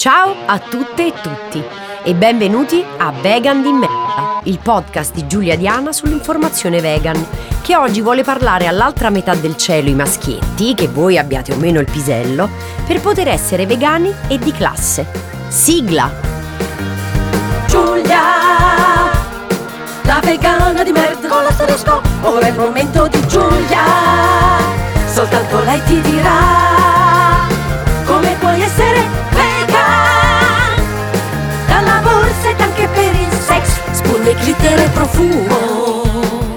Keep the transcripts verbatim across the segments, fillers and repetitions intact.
Ciao a tutte e tutti e benvenuti a Vegan di Merda, il podcast di Giulia Diana sull'informazione vegan, che oggi vuole parlare all'altra metà del cielo, i maschietti, che voi abbiate o meno il pisello, per poter essere vegani e di classe. Sigla! Giulia, la vegana di merda con l'asterisco, ora è il momento di Giulia, soltanto lei ti dirà come puoi essere vegan, dalla borsetta anche per il sex, spugna, glitter e profumo,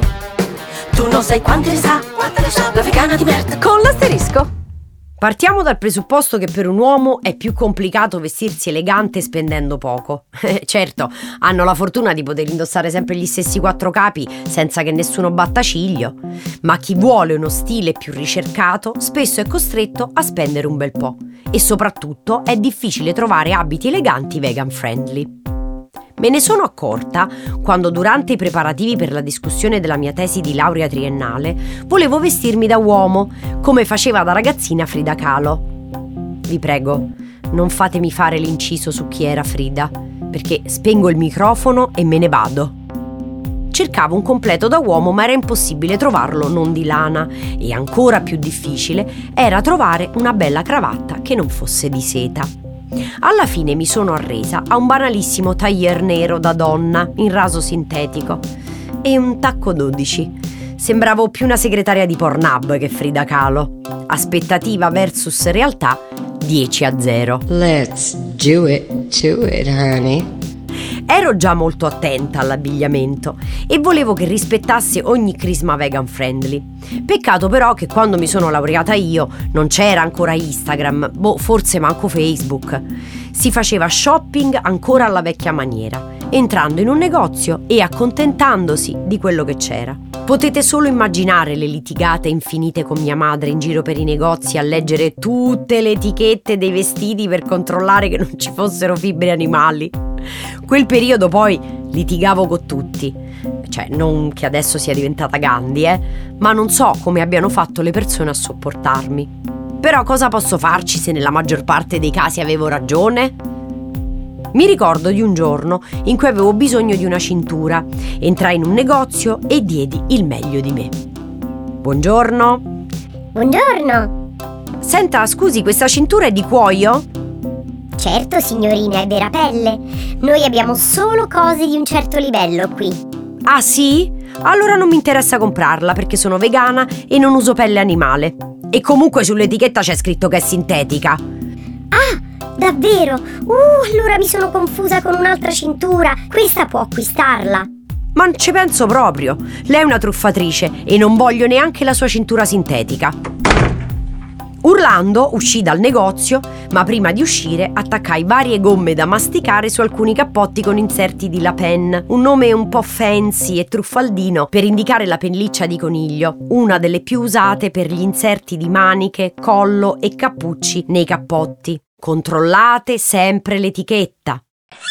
tu non sai quante ne sa, quante ne sa la vegana di merda con l'asterisco. Partiamo dal presupposto che per un uomo è più complicato vestirsi elegante spendendo poco. Certo, hanno la fortuna di poter indossare sempre gli stessi quattro capi senza che nessuno batta ciglio, ma chi vuole uno stile più ricercato spesso è costretto a spendere un bel po', e soprattutto è difficile trovare abiti eleganti vegan friendly. Me ne sono accorta quando durante i preparativi per la discussione della mia tesi di laurea triennale volevo vestirmi da uomo, come faceva da ragazzina Frida Kahlo. Vi prego, non fatemi fare l'inciso su chi era Frida, perché spengo il microfono e me ne vado. Cercavo un completo da uomo, ma era impossibile trovarlo non di lana, e ancora più difficile era trovare una bella cravatta che non fosse di seta. Alla fine mi sono arresa a un banalissimo tailleur nero da donna in raso sintetico e un tacco dodici. Sembravo più una segretaria di Pornhub che Frida Kahlo. Aspettativa versus realtà dieci a zero. Let's do it, do it, honey. Ero già molto attenta all'abbigliamento e volevo che rispettasse ogni crisma vegan friendly. Peccato però che quando mi sono laureata io non c'era ancora Instagram, boh, forse manco Facebook. Si faceva shopping ancora alla vecchia maniera, entrando in un negozio e accontentandosi di quello che c'era. Potete solo immaginare le litigate infinite con mia madre in giro per i negozi a leggere tutte le etichette dei vestiti per controllare che non ci fossero fibre animali. Quel periodo poi litigavo con tutti, cioè non che adesso sia diventata Gandhi, eh, ma non so come abbiano fatto le persone a sopportarmi. Però cosa posso farci se nella maggior parte dei casi avevo ragione? Mi ricordo di un giorno in cui avevo bisogno di una cintura. Entrai in un negozio e diedi il meglio di me. Buongiorno. Buongiorno. Senta, scusi, questa cintura è di cuoio? Certo signorina, è vera pelle. Noi abbiamo solo cose di un certo livello qui. Ah sì? Allora non mi interessa comprarla perché sono vegana e non uso pelle animale. E comunque sull'etichetta c'è scritto che è sintetica. Ah, davvero? Uh, allora mi sono confusa con un'altra cintura. Questa può acquistarla. Ma non ci penso proprio. Lei è una truffatrice e non voglio neanche la sua cintura sintetica. Urlando uscì dal negozio, ma prima di uscire attaccai varie gomme da masticare su alcuni cappotti con inserti di La Pen, un nome un po' fancy e truffaldino per indicare la pelliccia di coniglio, una delle più usate per gli inserti di maniche, collo e cappucci nei cappotti. Controllate sempre l'etichetta.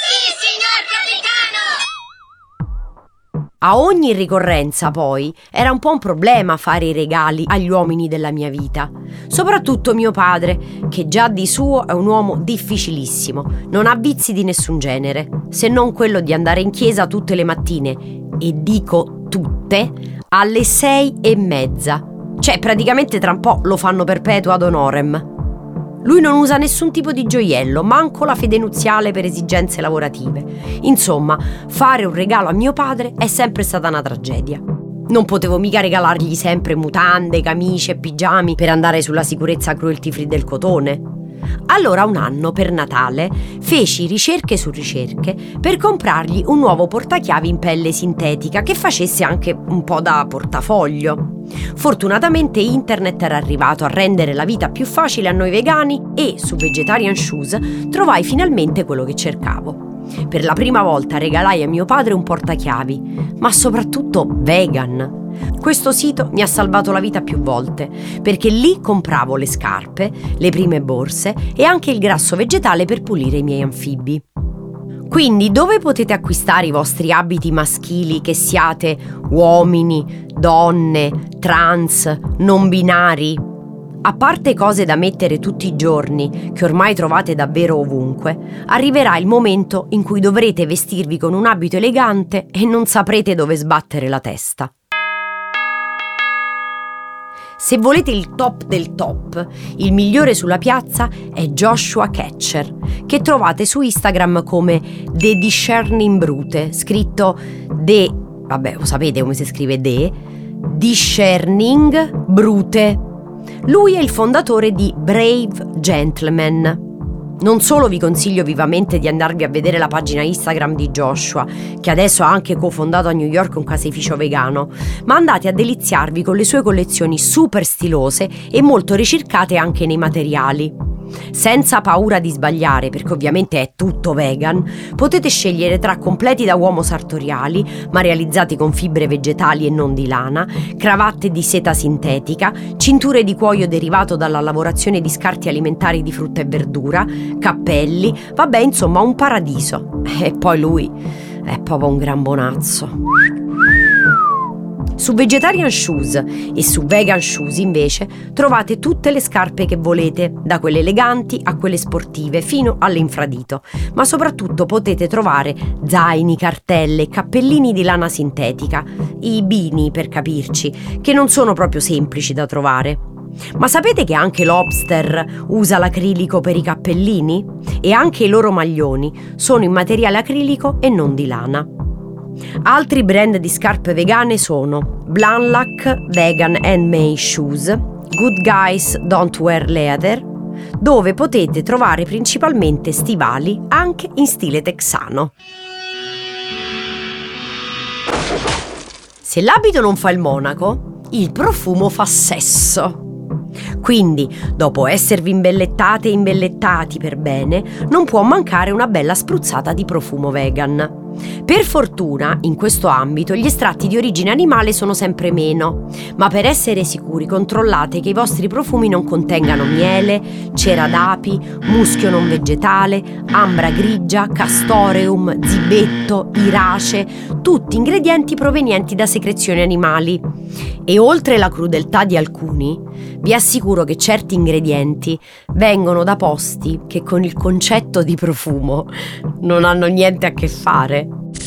A ogni ricorrenza, poi, era un po' un problema fare i regali agli uomini della mia vita. Soprattutto mio padre, che già di suo è un uomo difficilissimo, non ha vizi di nessun genere, se non quello di andare in chiesa tutte le mattine, e dico tutte, alle sei e mezza. Cioè, praticamente tra un po' lo fanno perpetuo ad honorem. Lui non usa nessun tipo di gioiello, manco la fede nuziale per esigenze lavorative. Insomma, fare un regalo a mio padre è sempre stata una tragedia. Non potevo mica regalargli sempre mutande, camicie e pigiami per andare sulla sicurezza cruelty free del cotone. Allora un anno, per Natale, feci ricerche su ricerche per comprargli un nuovo portachiavi in pelle sintetica che facesse anche un po' da portafoglio. Fortunatamente internet era arrivato a rendere la vita più facile a noi vegani e su Vegetarian Shoes trovai finalmente quello che cercavo. Per la prima volta regalai a mio padre un portachiavi, ma soprattutto vegan. Questo sito mi ha salvato la vita più volte, perché lì compravo le scarpe, le prime borse e anche il grasso vegetale per pulire i miei anfibi. Quindi dove potete acquistare i vostri abiti maschili, che siate uomini, donne, trans, non binari? A parte cose da mettere tutti i giorni, che ormai trovate davvero ovunque, arriverà il momento in cui dovrete vestirvi con un abito elegante e non saprete dove sbattere la testa. Se volete il top del top, il migliore sulla piazza è Joshua Catcher, che trovate su Instagram come The Discerning Brute, scritto The, vabbè, lo sapete come si scrive The, Discerning Brute. Lui è il fondatore di Brave Gentleman. Non solo vi consiglio vivamente di andarvi a vedere la pagina Instagram di Joshua, che adesso ha anche cofondato a New York un caseificio vegano, ma andate a deliziarvi con le sue collezioni super stilose e molto ricercate anche nei materiali. Senza paura di sbagliare, perché ovviamente è tutto vegan, potete scegliere tra completi da uomo sartoriali, ma realizzati con fibre vegetali e non di lana, cravatte di seta sintetica, cinture di cuoio derivato dalla lavorazione di scarti alimentari di frutta e verdura, cappelli, vabbè, insomma un paradiso. E poi lui è proprio un gran bonazzo. Su Vegetarian Shoes e su Vegan Shoes invece trovate tutte le scarpe che volete, da quelle eleganti a quelle sportive fino all'infradito, ma soprattutto potete trovare zaini, cartelle e cappellini di lana sintetica, i beanie per capirci, che non sono proprio semplici da trovare. Ma sapete che anche Lobster usa l'acrilico per i cappellini? E anche i loro maglioni sono in materiale acrilico e non di lana. Altri brand di scarpe vegane sono Blanlac Vegan Handmade Shoes, Good Guys Don't Wear Leather, dove potete trovare principalmente stivali anche in stile texano. Se l'abito non fa il monaco, il profumo fa sesso. Quindi, dopo esservi imbellettate e imbellettati per bene, non può mancare una bella spruzzata di profumo vegan. Per fortuna, in questo ambito, gli estratti di origine animale sono sempre meno, ma per essere sicuri controllate che i vostri profumi non contengano miele, cera d'api, muschio non vegetale, ambra grigia, castoreum, zibetto, irace, tutti ingredienti provenienti da secrezioni animali. E oltre la crudeltà di alcuni, vi assicuro che certi ingredienti vengono da posti che con il concetto di profumo non hanno niente a che fare.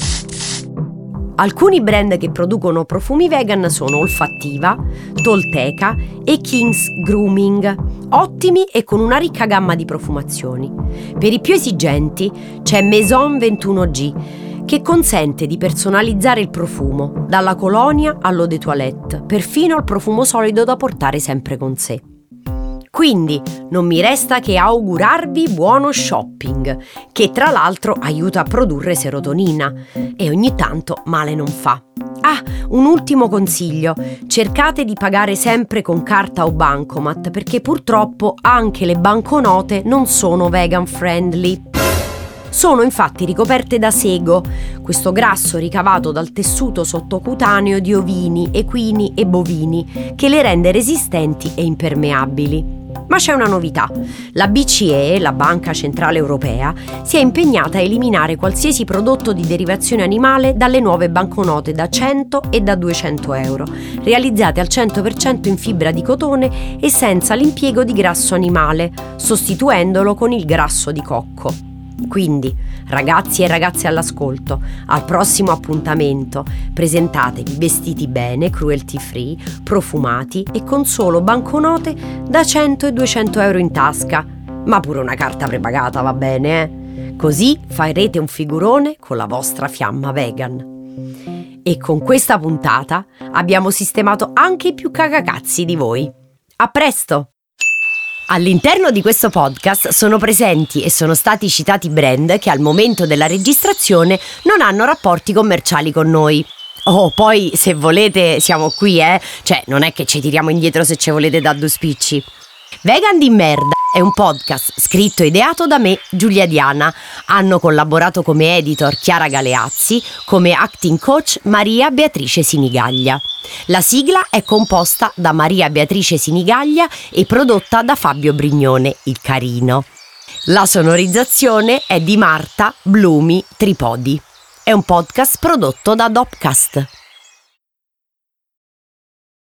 Alcuni brand che producono profumi vegan sono Olfattiva, Tolteca e King's Grooming, ottimi e con una ricca gamma di profumazioni. Per i più esigenti c'è Maison ventuno G, che consente di personalizzare il profumo, dalla colonia all'eau de toilette, perfino al profumo solido da portare sempre con sé. Quindi non mi resta che augurarvi buono shopping, che tra l'altro aiuta a produrre serotonina e ogni tanto male non fa. Ah, un ultimo consiglio: cercate di pagare sempre con carta o bancomat, perché purtroppo anche le banconote non sono vegan friendly. Sono infatti ricoperte da sego, questo grasso ricavato dal tessuto sottocutaneo di ovini, equini e bovini, che le rende resistenti e impermeabili. Ma c'è una novità: la B C E, la Banca Centrale Europea, si è impegnata a eliminare qualsiasi prodotto di derivazione animale dalle nuove banconote da cento e da duecento euro, realizzate al cento per cento in fibra di cotone e senza l'impiego di grasso animale, sostituendolo con il grasso di cocco. Quindi, ragazzi e ragazze all'ascolto, al prossimo appuntamento presentatevi vestiti bene, cruelty free, profumati e con solo banconote da cento e duecento euro in tasca, ma pure una carta prepagata va bene, eh? Così farete un figurone con la vostra fiamma vegan. E con questa puntata abbiamo sistemato anche i più cagacazzi di voi. A presto! All'interno di questo podcast sono presenti e sono stati citati brand che al momento della registrazione non hanno rapporti commerciali con noi. Oh, poi se volete siamo qui, eh? Cioè, non è che ci tiriamo indietro se ci volete da due spicci. Vegan di merda è un podcast scritto e ideato da me, Giulia Diana. Hanno collaborato come editor Chiara Galeazzi, come acting coach Maria Beatrice Sinigaglia. La sigla è composta da Maria Beatrice Sinigaglia e prodotta da Fabio Brignone, il carino. La sonorizzazione è di Marta Blumi Tripodi. È un podcast prodotto da Dopcast.